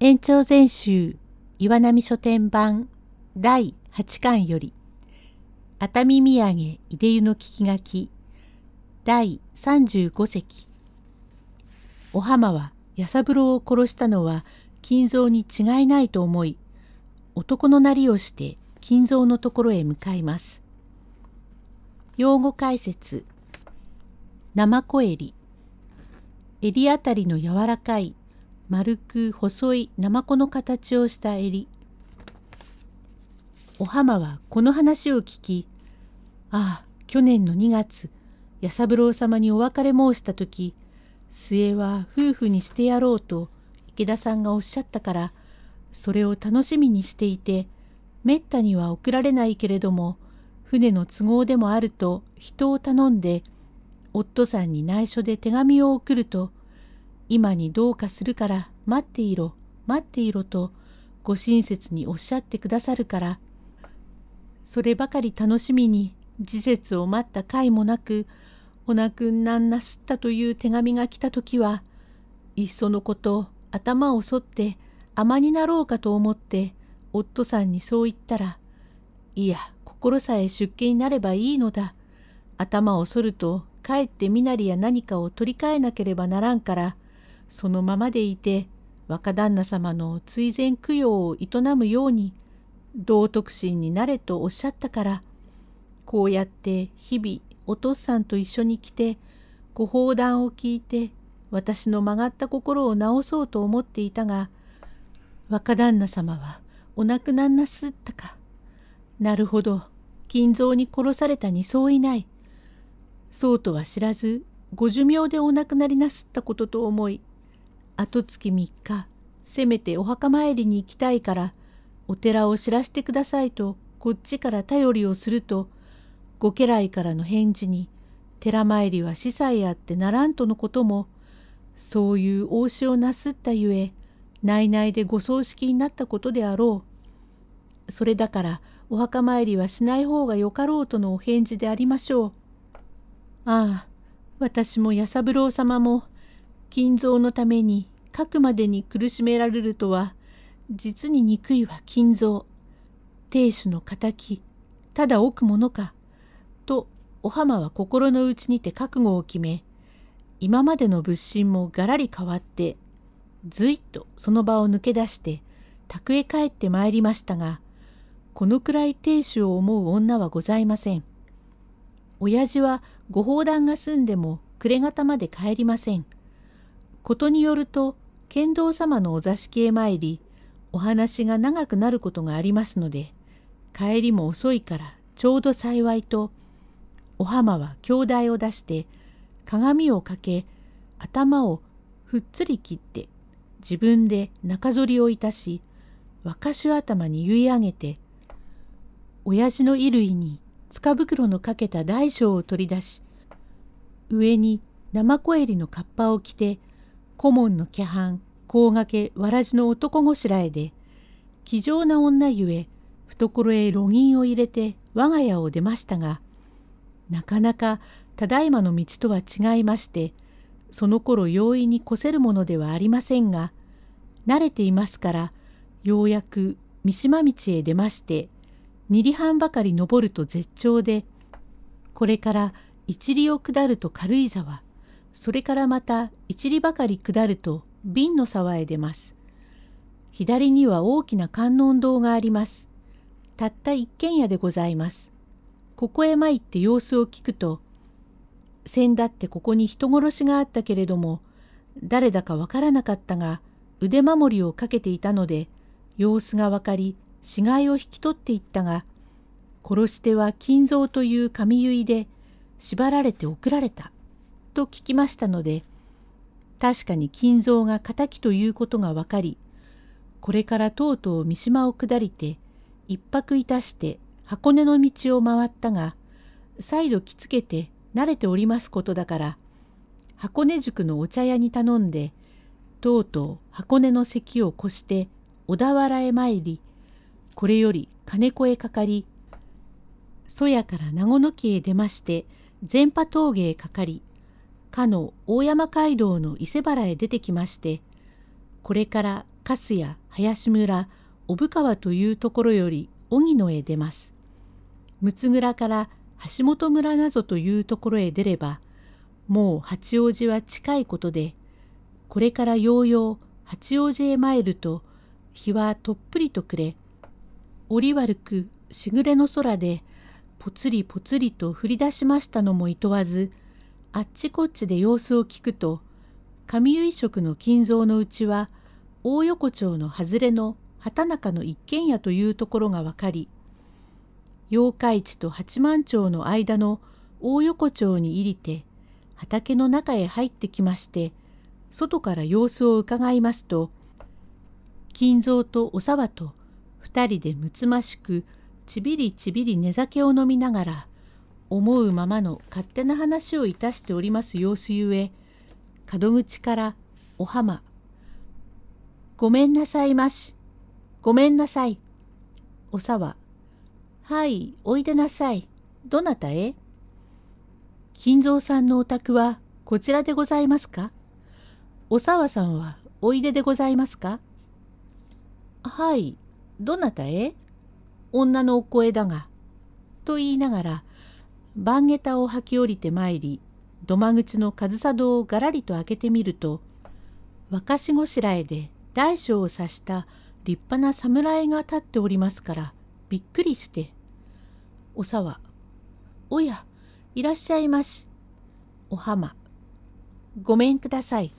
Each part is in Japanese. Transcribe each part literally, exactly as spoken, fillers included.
延長全集岩波書店版だいはちかんより熱海土産出湯の聞き書きだいさんじゅうごせき。お浜は弥三郎を殺したのは金蔵に違いないと思い、男のなりをして金蔵のところへ向かいます。用語解説。ナマコエリ。襟あたりの柔らかい丸く細いナマコの形をした襟。お浜はこの話を聞き、ああ、去年のにがつ、弥三郎様にお別れ申したとき、末は夫婦にしてやろうと池田さんがおっしゃったから、それを楽しみにしていて、めったには送られないけれども、船の都合でもあると人を頼んで、夫さんに内緒で手紙を送ると、今にどうかするから待っていろ、待っていろとご親切におっしゃってくださるから、そればかり楽しみに時節を待った甲斐もなく、お亡くんなんなすったという手紙が来たときは、いっそのこと頭をそって尼になろうかと思って、夫さんにそう言ったら、いや、心さえ出家になればいいのだ。頭をそると、かえって身なりや何かを取り替えなければならんから、そのままでいて、若旦那様の追善供養を営むように、道徳心になれとおっしゃったから、こうやって日々お父さんと一緒に来て、ご法談を聞いて、私の曲がった心を直そうと思っていたが、若旦那様はお亡くなんなすったか。なるほど、金蔵に殺されたにそういない。そうとは知らず、ご寿命でお亡くなりなすったことと思い、後月みっか、せめてお墓参りに行きたいから、お寺を知らしてくださいとこっちから頼りをすると、ご家来からの返事に、寺参りは司祭あってならんとのことも、そういう仰しをなすったゆえ、内々でご葬式になったことであろう。それだからお墓参りはしない方がよかろうとのお返事でありましょう。ああ、私も弥三郎様も、金蔵のためにかくまでに苦しめられるとは、実に憎いわ金蔵。亭主の敵、ただ置くものか。と、お浜は心の内にて覚悟を決め、今までの仏心もがらり変わって、ずいっとその場を抜け出して、宅へ帰ってまいりましたが、このくらい亭主を思う女はございません。親父はご法談が済んでも暮れ方まで帰りません。ことによると、剣道様のお座敷へ参り、お話が長くなることがありますので、帰りも遅いからちょうど幸いと、お浜は兄弟を出して鏡をかけ、頭をふっつり切って自分で中剃りをいたし、若衆頭に結い上げて、親父の衣類に塚袋のかけた大小を取り出し、上にナマコ襟のかっぱを着て、顧問の規範、甲掛けわらじの男ごしらえで、気丈な女ゆえ、懐へ路銀を入れて我が家を出ましたが、なかなかただいまの道とは違いまして、その頃容易に越せるものではありませんが、慣れていますから、ようやく三島道へ出まして、二里半ばかり登ると絶頂で、これから一里を下ると軽井沢、それからまた一里ばかり下ると瓶の沢へ出ます。左には大きな観音堂があります。たった一軒家でございます。ここへ参って様子を聞くと、先だってここに人殺しがあったけれども、誰だかわからなかったが、腕守りをかけていたので、様子がわかり、死骸を引き取っていったが、殺し手は金蔵という髪結いで、縛られて送られた、と聞きましたので、確かに金蔵が敵ということがわかり、これからとうとう三島を下りて、一泊いたして箱根の道を回ったが、再度着付けて慣れておりますことだから、箱根宿のお茶屋に頼んで、とうとう箱根の関を越して小田原へ参り、これより金子へかかり、曽谷から名護の木へ出まして、前波峠へかかり、かの大山街道の伊勢原へ出てきまして、これから粕谷、林村、小川というところより荻野へ出ます。六つ蔵から橋本村などというところへ出れば、もう八王子は近いことで、これからようよう八王子へ参ると、日はとっぷりと暮れ、折悪くしぐれの空で、ぽつりぽつりと降り出しましたのもいとわず、あっちこっちで様子を聞くと、上結色の金蔵のうちは、大横丁の外れの畑中の一軒家というところがわかり、八日市と八幡町の間の大横丁に入りて、畑の中へ入ってきまして、外から様子をうかがいますと、金蔵とお沢と二人でむつましくちびりちびり寝酒を飲みながら、思うままの勝手な話をいたしております様子ゆえ、門口からお浜、ごめんなさいまし、ごめんなさい。お沢、はい、おいでなさい。どなたへ？金蔵さんのお宅はこちらでございますか？お沢さんはおいででございますか？はい、どなたへ？女のお声だが。と言いながら、番下駄を履き降りてまいり、土間口の上総戸をがらりと開けてみると、若しごしらえで大小を指した立派な侍が立っておりますから、びっくりして、お沢、おや、いらっしゃいまし。お浜、ごめんください。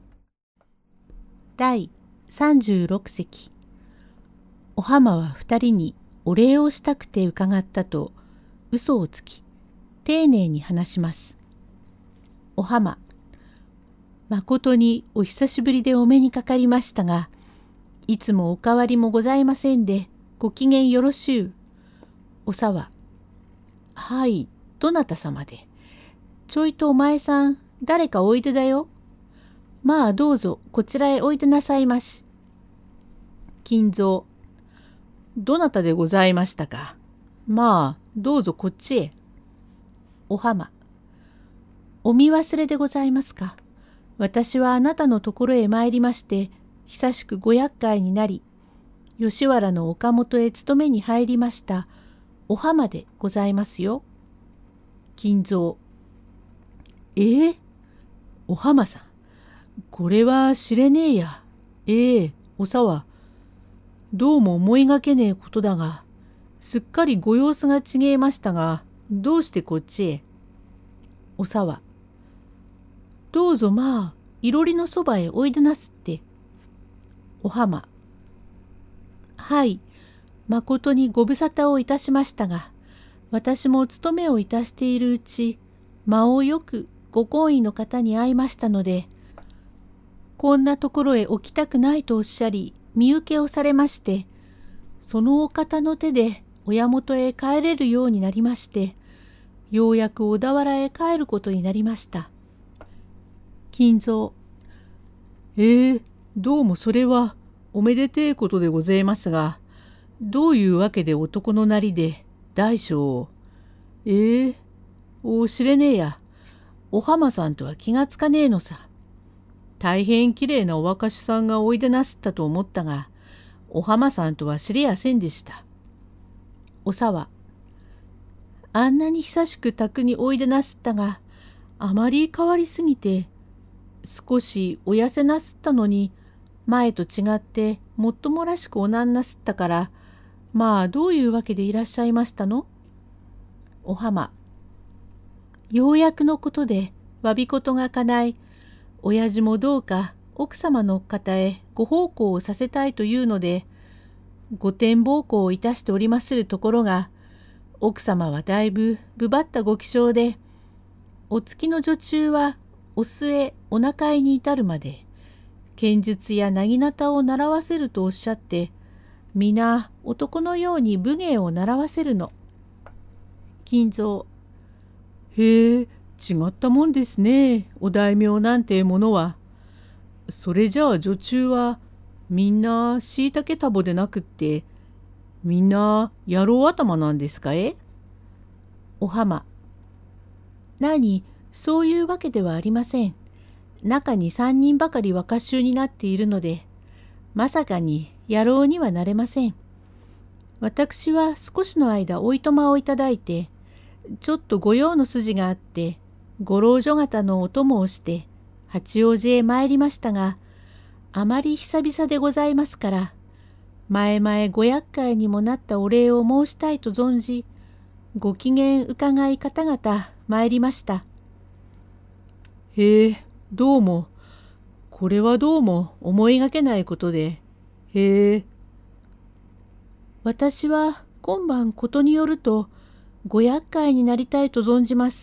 だいさんじゅうろくせき。お浜は二人にお礼をしたくて伺ったと嘘をつき、丁寧に話します。お浜、まことにお久しぶりでお目にかかりましたが、いつもお変わりもございませんで、ご機嫌よろしゅう。お沢、はい、どなた様で。ちょいとお前さん、誰かおいでだよ。まあどうぞこちらへおいでなさいまし。金蔵、どなたでございましたか。まあどうぞこっちへ。お浜、お見忘れでございますか。私はあなたのところへ参りまして、久しくご厄介になり、吉原の岡本へ勤めに入りましたお浜でございますよ。金蔵、ええ、お浜さん、これは知れねえや。ええ、お沢、どうも思いがけねえことだが、すっかりご様子が違えましたが、どうしてこっちへ。お沢、どうぞまあ、いろりのそばへおいでなすって。お浜、はい、まことにご無沙汰をいたしましたが、私も勤めをいたしているうち、間をよくご婚姻の方に会いましたので、こんなところへ置きたくないとおっしゃり、身請けをされまして、そのお方の手で親元へ帰れるようになりまして、ようやく小田原へ帰ることになりました。金蔵、ええ、どうもそれはおめでてえことでございますが、どういうわけで男のなりで大小を。ええ、お知れねえや。お浜さんとは気がつかねえのさ。大変きれいなお若主さんがおいでなすったと思ったが、お浜さんとは知りやせんでした。お沢、あんなに久しく宅においでなすったが、あまり変わりすぎて、少しお痩せなすったのに、前と違ってもっともらしくおなんなすったから、まあどういうわけでいらっしゃいましたの？お浜、ようやくのことでわびことが叶い、親父もどうか奥様の方へご奉公をさせたいというので、ご転奉公をいたしておりまするところが、奥様はだいぶぶばったご気性で、お月の女中はお末お仲居に至るまで、剣術やなぎなたを習わせるとおっしゃって、皆男のように武芸を習わせるの。金蔵、へえ、違ったもんですね、お大名なんてものは。それじゃあ女中はみんなしいたけたぼでなくって、みんな野郎頭なんですかえ？お浜、何、そういうわけではありません。中に三人ばかり若衆になっているので、 まさかに野郎にはなれません。私は少しの間おいとまをいただいて、ちょっと御用の筋があって、ご老女方のお供をして、八王子へ参りましたが、あまり久々でございますから、前々ご厄介にもなったお礼を申したいと存じ、ご機嫌伺い方々参りました。 へえ、どうも。これはどうも思いがけないことで。へえ。 私は今晩ことによると、ご厄介になりたいと存じます。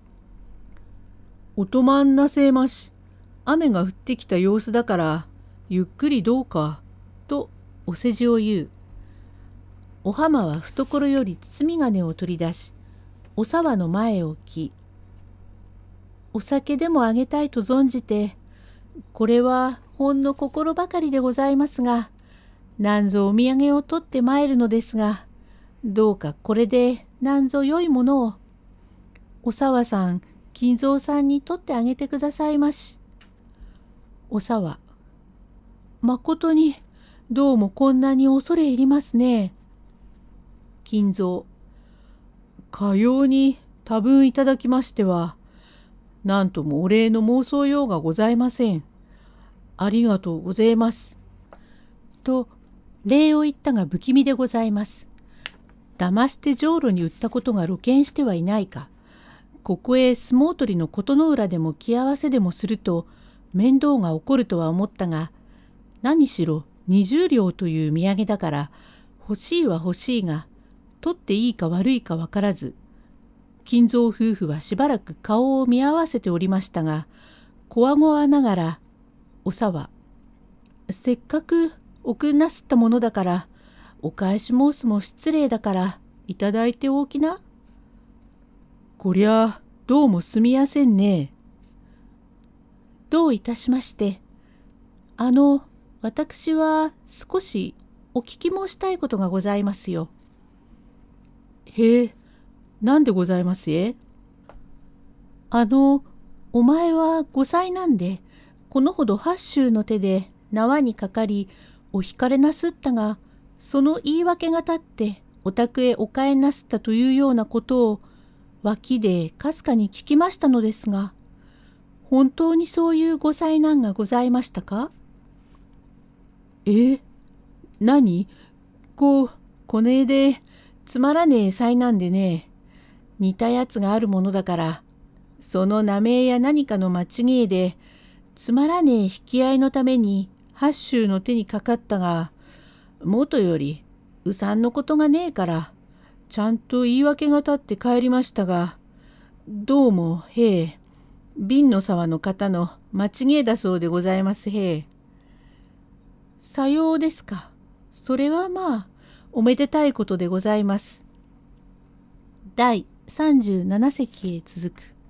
おとまんなせえまし。雨が降ってきた様子だから、ゆっくりどうか、とお世辞を言う。 お浜は懐より包み金を取り出し、お沢の前へ置き、お酒でもあげたいと存じて、これはほんの心ばかりでございますが、なんぞお土産を取って参るのですが、どうかこれでなんぞ良いものを、お沢さん、金蔵さんに取ってあげてくださいまし。お沢、まことに、どうもこんなに恐れ入りますね。 金蔵、かように多分いただきましては、なんともお礼の申そうようがございません。ありがとうございます。 と、礼を言ったが不気味でございます。騙して浄炉に売ったことが露見してはいないか。ここへ相撲取りの琴の浦でも気合わせでもすると面倒が起こるとは思ったが、何しろ二十両という土産だから欲しいは欲しいが、取っていいか悪いか分からず、金蔵夫婦はしばらく顔を見合わせておりましたが、こわごわながら、おさは、せっかくおくんなすったものだから、お返し申すも失礼だから、いただいておきな。 こりゃ、どうもすみやせんね。 どういたしまして。あの、私は少しお聞き申したいことがございますよ。 へえ、なんでございますえ？ あの、お前はごさいなんで、このほど八州の手で縄にかかり、お引かれなすったが、その言い訳が立ってお宅へお帰りなすったというようなことを、脇でかすかに聞きましたのですが、本当にそういうご災難がございましたか？ え？何？こう、こねえで、つまらねえ災難でね、 似たやつがあるものだから、その名前や何かの間違いで、つまらねえ引き合いのために八州の手にかかったが、もとよりうさんのことがねえから、ちゃんと言い訳が立って帰りましたが、どうもへえ、瓶の沢の方の間違いだそうでございますへえ。さようですか。それはまあ、おめでたいことでございます。だいさんじゅうなな席へ続く。